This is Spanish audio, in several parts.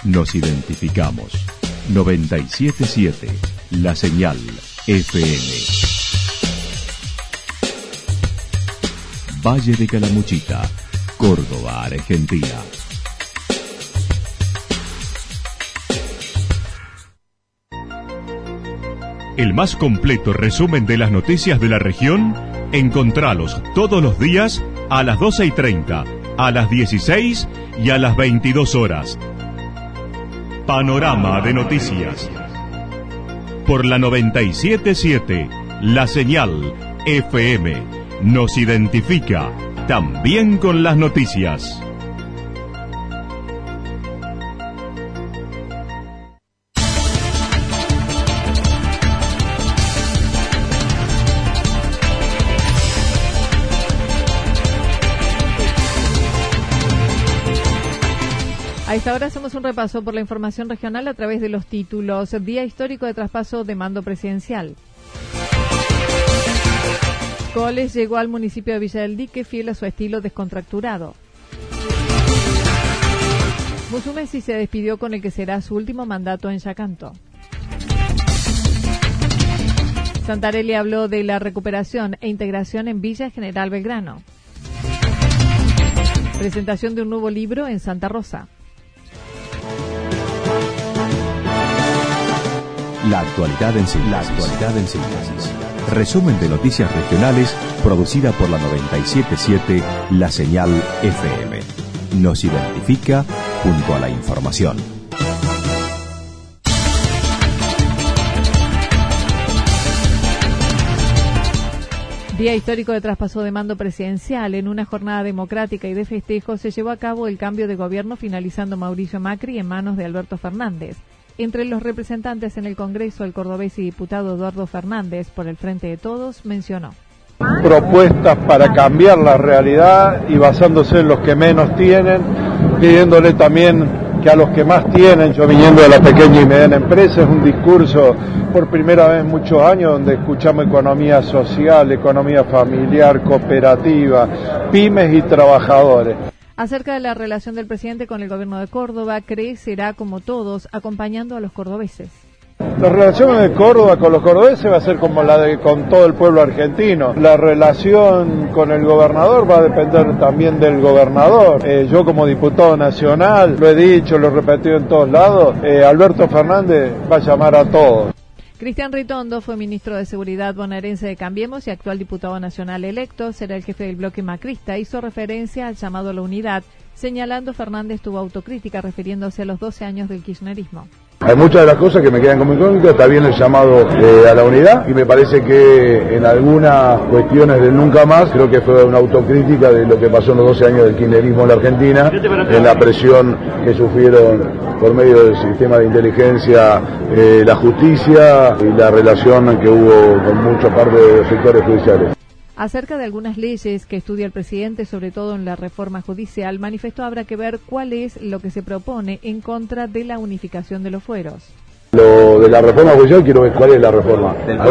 Nos identificamos. 97.7, La Señal FM. Valle de Calamuchita, Córdoba, Argentina. El más completo resumen de las noticias de la región, encontralos todos los días a las 12:30, a las 16 y a las 22 horas. Panorama de noticias. Por la 97.7, La Señal FM. Nos identifica también con las noticias. A esta hora hacemos un repaso por la información regional a través de los títulos. Día histórico de traspaso de mando presidencial. Coles llegó al municipio de Villa del Dique fiel a su estilo descontracturado. Musumeci se despidió con el que será su último mandato en Yacanto. Santarelli habló de la recuperación e integración en Villa General Belgrano. Presentación de un nuevo libro en Santa Rosa. La actualidad en síntesis. Resumen de noticias regionales producida por la 97.7 La Señal FM. Nos identifica junto a la información. Día histórico de traspaso de mando presidencial. En una jornada democrática y de festejo se llevó a cabo el cambio de gobierno, finalizando Mauricio Macri en manos de Alberto Fernández. Entre los representantes en el Congreso, el cordobés y diputado Eduardo Fernández, por el Frente de Todos, mencionó: propuestas para cambiar la realidad y basándose en los que menos tienen, pidiéndole también que a los que más tienen, yo viniendo de la pequeña y mediana empresa, es un discurso por primera vez en muchos años donde escuchamos economía social, economía familiar, cooperativa, pymes y trabajadores. Acerca de la relación del presidente con el gobierno de Córdoba, cree será como todos, acompañando a los cordobeses. La relación de Córdoba con los cordobeses va a ser como la de con todo el pueblo argentino. La relación con el gobernador va a depender también del gobernador. Yo como diputado nacional, lo he dicho, lo he repetido en todos lados, Alberto Fernández va a llamar a todos. Cristian Ritondo fue ministro de Seguridad bonaerense de Cambiemos y actual diputado nacional electo. Será el jefe del bloque macrista. Hizo referencia al llamado a la unidad, señalando Fernández tuvo autocrítica refiriéndose a los 12 años del kirchnerismo. Hay muchas de las cosas que me quedan como incógnitas, está bien el llamado a la unidad y me parece que en algunas cuestiones del nunca más creo que fue una autocrítica de lo que pasó en los 12 años del kirchnerismo en la Argentina, en la presión que sufrieron por medio del sistema de inteligencia, la justicia y la relación que hubo con mucha parte de los sectores judiciales. Acerca de algunas leyes que estudia el presidente, sobre todo en la reforma judicial, manifestó habrá que ver cuál es lo que se propone en contra de la unificación de los fueros. Lo de la reforma judicial, quiero ver cuál es la reforma.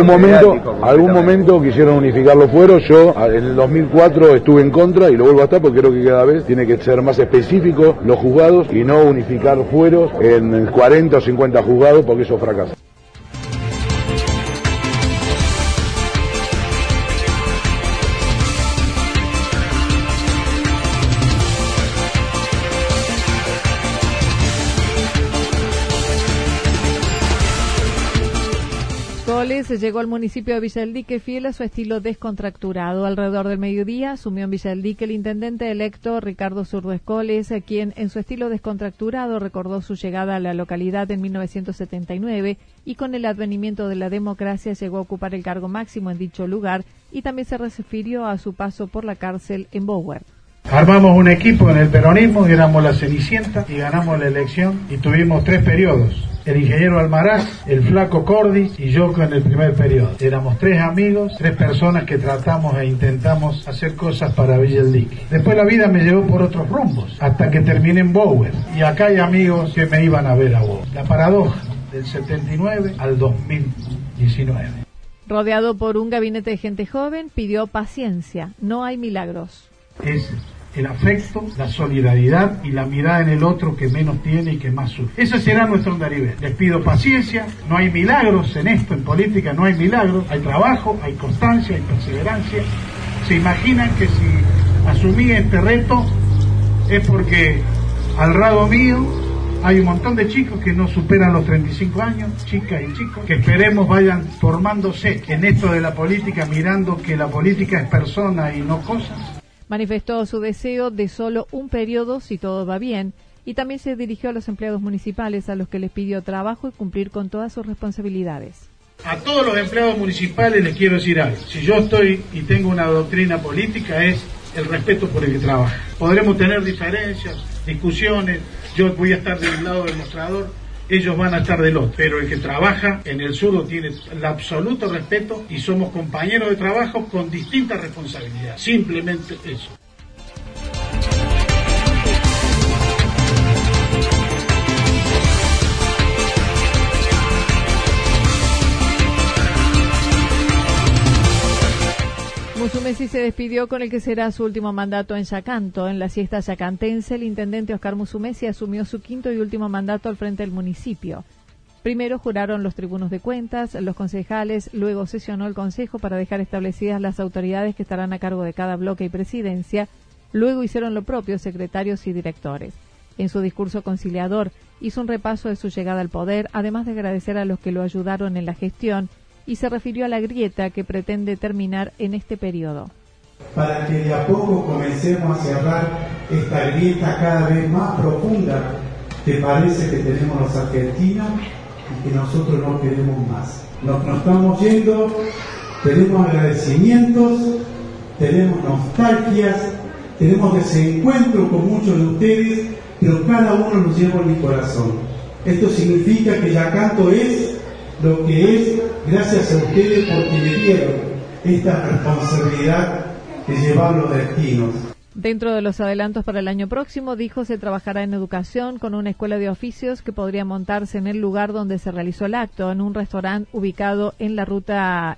Algún momento quisieron unificar los fueros, yo en el 2004 estuve en contra y lo vuelvo a estar porque creo que cada vez tiene que ser más específico los juzgados y no unificar fueros en 40 o 50 juzgados porque eso fracasa. Llegó al municipio de Villa del Dique fiel a su estilo descontracturado. Alrededor del mediodía asumió en Villa del Dique el intendente electo Ricardo Zurdo Escoles, quien en su estilo descontracturado recordó su llegada a la localidad en 1979 y con el advenimiento de la democracia llegó a ocupar el cargo máximo en dicho lugar y también se refirió a su paso por la cárcel en Bower. Armamos un equipo en el peronismo, éramos la Cenicienta y ganamos la elección y tuvimos 3 periodos. El ingeniero Almaraz, el flaco Cordis y yo con el primer periodo. Éramos 3 amigos, 3 personas que tratamos e intentamos hacer cosas para Villa del Dique. Después la vida me llevó por otros rumbos, hasta que terminé en Bower. Y acá hay amigos que me iban a ver a Bower. La paradoja del 79 al 2019. Rodeado por un gabinete de gente joven, pidió paciencia. No hay milagros. Es el afecto, la solidaridad y la mirada en el otro que menos tiene y que más sufre. Ese será nuestro andarivel. Les pido paciencia, no hay milagros en esto, en política no hay milagros, hay trabajo, hay constancia, hay perseverancia. Se imaginan que si asumí este reto es porque al lado mío hay un montón de chicos que no superan los 35 años, chicas y chicos, que esperemos vayan formándose en esto de la política, mirando que la política es persona y no cosas. Manifestó su deseo de solo un periodo si todo va bien y también se dirigió a los empleados municipales a los que les pidió trabajo y cumplir con todas sus responsabilidades. A todos los empleados municipales les quiero decir algo. Si yo estoy y tengo una doctrina política es el respeto por el que trabaja. Podremos tener diferencias, discusiones, yo voy a estar del lado del mostrador, ellos van a estar del otro, pero el que trabaja en el sur tiene el absoluto respeto y somos compañeros de trabajo con distintas responsabilidades, simplemente eso. Musumeci se despidió con el que será su último mandato en Yacanto. En la siesta yacantense, el intendente Oscar Musumeci asumió su quinto y último mandato al frente del municipio. Primero juraron los tribunos de cuentas, los concejales, luego sesionó el consejo para dejar establecidas las autoridades que estarán a cargo de cada bloque y presidencia, luego hicieron lo propio secretarios y directores. En su discurso conciliador hizo un repaso de su llegada al poder, además de agradecer a los que lo ayudaron en la gestión, y se refirió a la grieta que pretende terminar en este periodo. Para que de a poco comencemos a cerrar esta grieta cada vez más profunda que parece que tenemos los argentinos y que nosotros no queremos más. Nos estamos yendo, tenemos agradecimientos, tenemos nostalgias, tenemos desencuentros con muchos de ustedes, pero cada uno nos lleva en mi corazón. Esto significa que Yacanto es lo que es gracias a ustedes porque me dieron esta responsabilidad de llevar los destinos. Dentro de los adelantos para el año próximo, dijo, se trabajará en educación con una escuela de oficios que podría montarse en el lugar donde se realizó el acto, en un restaurante ubicado en la ruta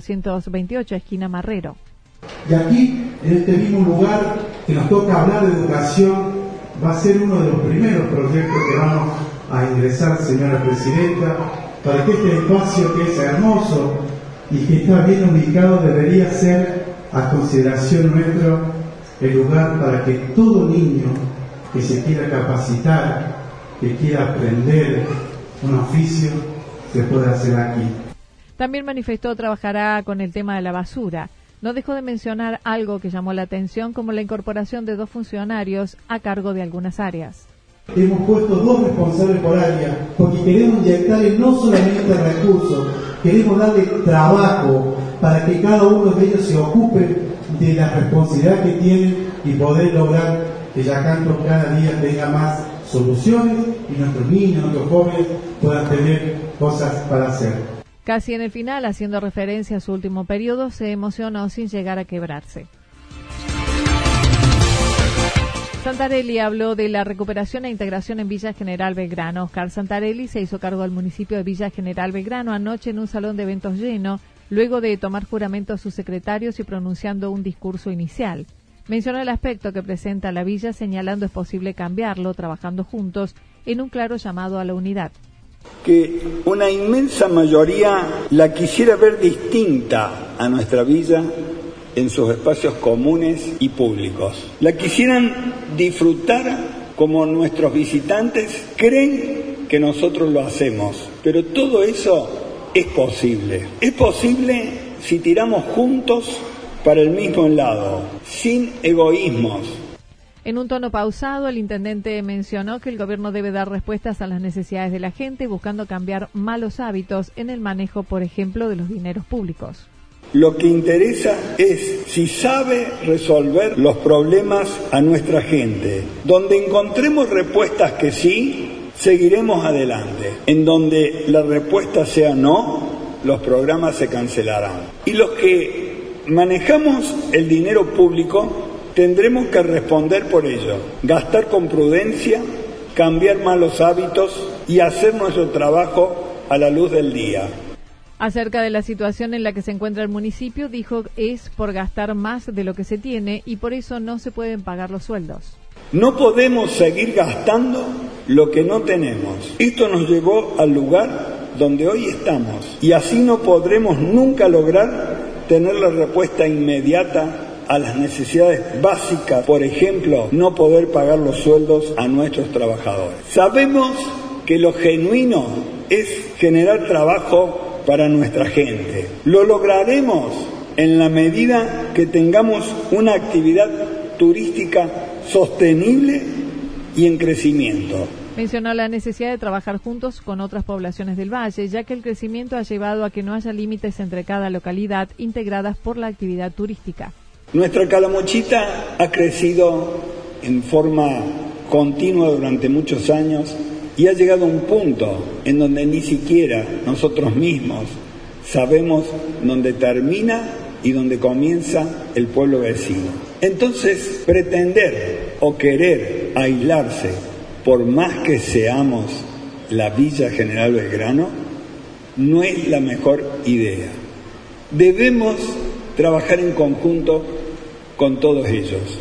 S228, esquina Marrero. Y aquí, en este mismo lugar que nos toca hablar de educación, va a ser uno de los primeros proyectos que vamos a ingresar, señora presidenta, para que este espacio que es hermoso y que está bien ubicado debería ser a consideración nuestro el lugar para que todo niño que se quiera capacitar, que quiera aprender un oficio, se pueda hacer aquí. También manifestó trabajará con el tema de la basura. No dejó de mencionar algo que llamó la atención, como la incorporación de 2 funcionarios a cargo de algunas áreas. Hemos puesto 2 responsables por área porque queremos inyectarle no solamente recursos, queremos darle trabajo para que cada uno de ellos se ocupe de la responsabilidad que tienen y poder lograr que Yacanto cada día tenga más soluciones y nuestros niños, nuestros jóvenes puedan tener cosas para hacer. Casi en el final, haciendo referencia a su último periodo, se emocionó sin llegar a quebrarse. Santarelli habló de la recuperación e integración en Villa General Belgrano. Oscar Santarelli se hizo cargo del municipio de Villa General Belgrano anoche en un salón de eventos lleno, luego de tomar juramento a sus secretarios y pronunciando un discurso inicial. Mencionó el aspecto que presenta la villa, señalando es posible cambiarlo trabajando juntos en un claro llamado a la unidad. Que una inmensa mayoría la quisiera ver distinta a nuestra villa en sus espacios comunes y públicos. La quisieran disfrutar como nuestros visitantes creen que nosotros lo hacemos. Pero todo eso es posible. Es posible si tiramos juntos para el mismo lado, sin egoísmos. En un tono pausado, el intendente mencionó que el gobierno debe dar respuestas a las necesidades de la gente, buscando cambiar malos hábitos en el manejo, por ejemplo, de los dineros públicos. Lo que interesa es si sabe resolver los problemas a nuestra gente. Donde encontremos respuestas que sí, seguiremos adelante. En donde la respuesta sea no, los programas se cancelarán. Y los que manejamos el dinero público tendremos que responder por ello. Gastar con prudencia, cambiar malos hábitos y hacer nuestro trabajo a la luz del día. Acerca de la situación en la que se encuentra el municipio, dijo es por gastar más de lo que se tiene y por eso no se pueden pagar los sueldos. No podemos seguir gastando lo que no tenemos. Esto nos llevó al lugar donde hoy estamos y así no podremos nunca lograr tener la respuesta inmediata a las necesidades básicas, por ejemplo, no poder pagar los sueldos a nuestros trabajadores. Sabemos que lo genuino es generar trabajo para nuestra gente. Lo lograremos en la medida que tengamos una actividad turística sostenible y en crecimiento. Mencionó la necesidad de trabajar juntos con otras poblaciones del valle, ya que el crecimiento ha llevado a que no haya límites entre cada localidad integradas por la actividad turística. Nuestra Calamuchita ha crecido en forma continua durante muchos años y ha llegado a un punto en donde ni siquiera nosotros mismos sabemos dónde termina y dónde comienza el pueblo vecino. Entonces, pretender o querer aislarse, por más que seamos la Villa General Belgrano, no es la mejor idea. Debemos trabajar en conjunto con todos ellos.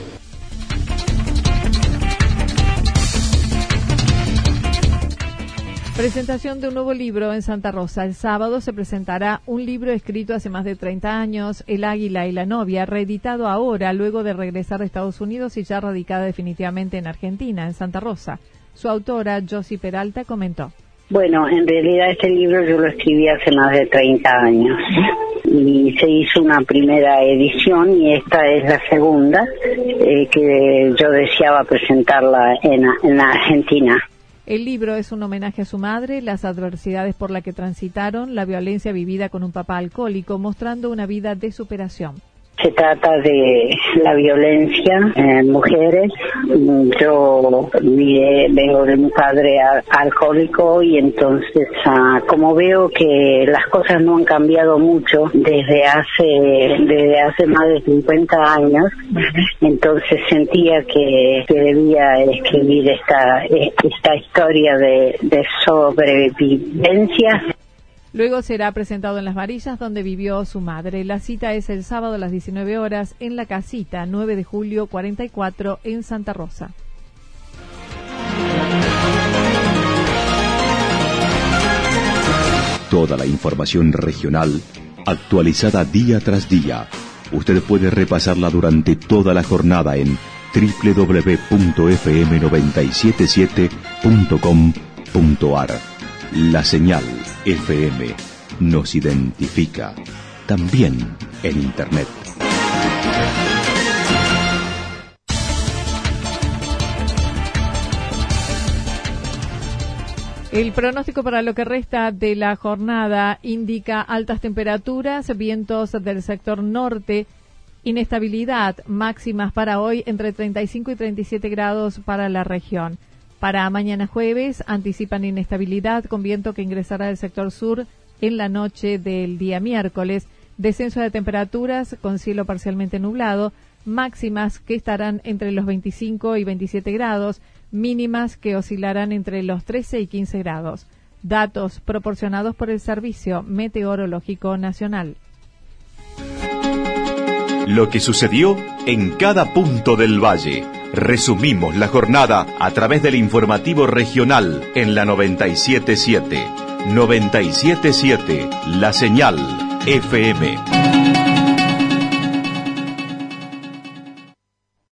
Presentación de un nuevo libro en Santa Rosa. El sábado se presentará un libro escrito hace más de 30 años, El Águila y la Novia, reeditado ahora luego de regresar de Estados Unidos y ya radicada definitivamente en Argentina, en Santa Rosa. Su autora, Josie Peralta, comentó. Bueno, en realidad este libro yo lo escribí hace más de 30 años y se hizo una primera edición y esta es la segunda que yo deseaba presentarla en Argentina. El libro es un homenaje a su madre, las adversidades por las que transitaron, la violencia vivida con un papá alcohólico, mostrando una vida de superación. Se trata de la violencia en mujeres. Yo vengo de un padre alcohólico y entonces como veo que las cosas no han cambiado mucho desde hace más de 50 años, entonces sentía que debía escribir esta historia de sobrevivencia. Luego será presentado en Las Varillas, donde vivió su madre. La cita es el sábado a las 19 horas en La Casita, 9 de julio 44, en Santa Rosa. Toda la información regional actualizada día tras día. Usted puede repasarla durante toda la jornada en www.fm977.com.ar. La señal FM nos identifica también en Internet. El pronóstico para lo que resta de la jornada indica altas temperaturas, vientos del sector norte, inestabilidad, máximas para hoy entre 35 y 37 grados para la región. Para mañana jueves anticipan inestabilidad con viento que ingresará del sector sur en la noche del día miércoles, descenso de temperaturas con cielo parcialmente nublado, máximas que estarán entre los 25 y 27 grados, mínimas que oscilarán entre los 13 y 15 grados. Datos proporcionados por el Servicio Meteorológico Nacional. Lo que sucedió en cada punto del valle. Resumimos la jornada a través del informativo regional en la 97.7. 97.7, la señal FM.